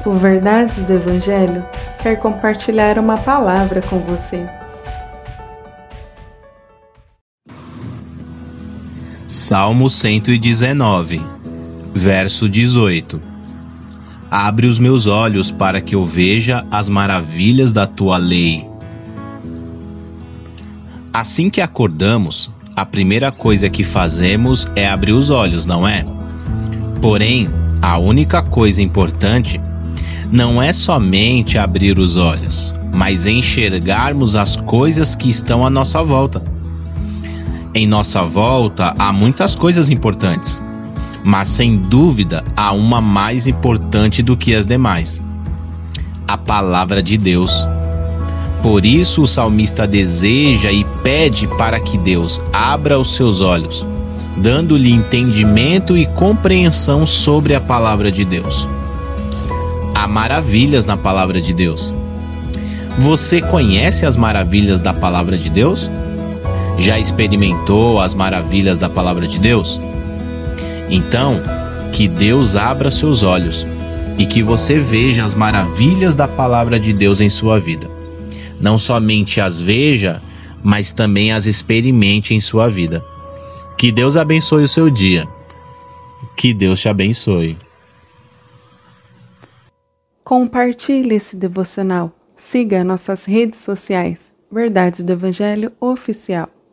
O Verdades do Evangelho quer compartilhar uma palavra com você. Salmo 119, verso 18. Abre os meus olhos para que eu veja as maravilhas da tua lei. Assim que acordamos, a primeira coisa que fazemos é abrir os olhos, não é? Porém, a única coisa importante não é somente abrir os olhos, mas enxergarmos as coisas que estão à nossa volta. Em nossa volta há muitas coisas importantes, mas sem dúvida há uma mais importante do que as demais: a palavra de Deus. Por isso o salmista deseja e pede para que Deus abra os seus olhos, dando-lhe entendimento e compreensão sobre a palavra de Deus. Há maravilhas na palavra de Deus. Você conhece as maravilhas da palavra de Deus? Já experimentou as maravilhas da palavra de Deus? Então, que Deus abra seus olhos e que você veja as maravilhas da palavra de Deus em sua vida. Não somente as veja, mas também as experimente em sua vida. Que Deus abençoe o seu dia. Que Deus te abençoe. Compartilhe esse devocional. Siga nossas redes sociais. Verdades do Evangelho Oficial.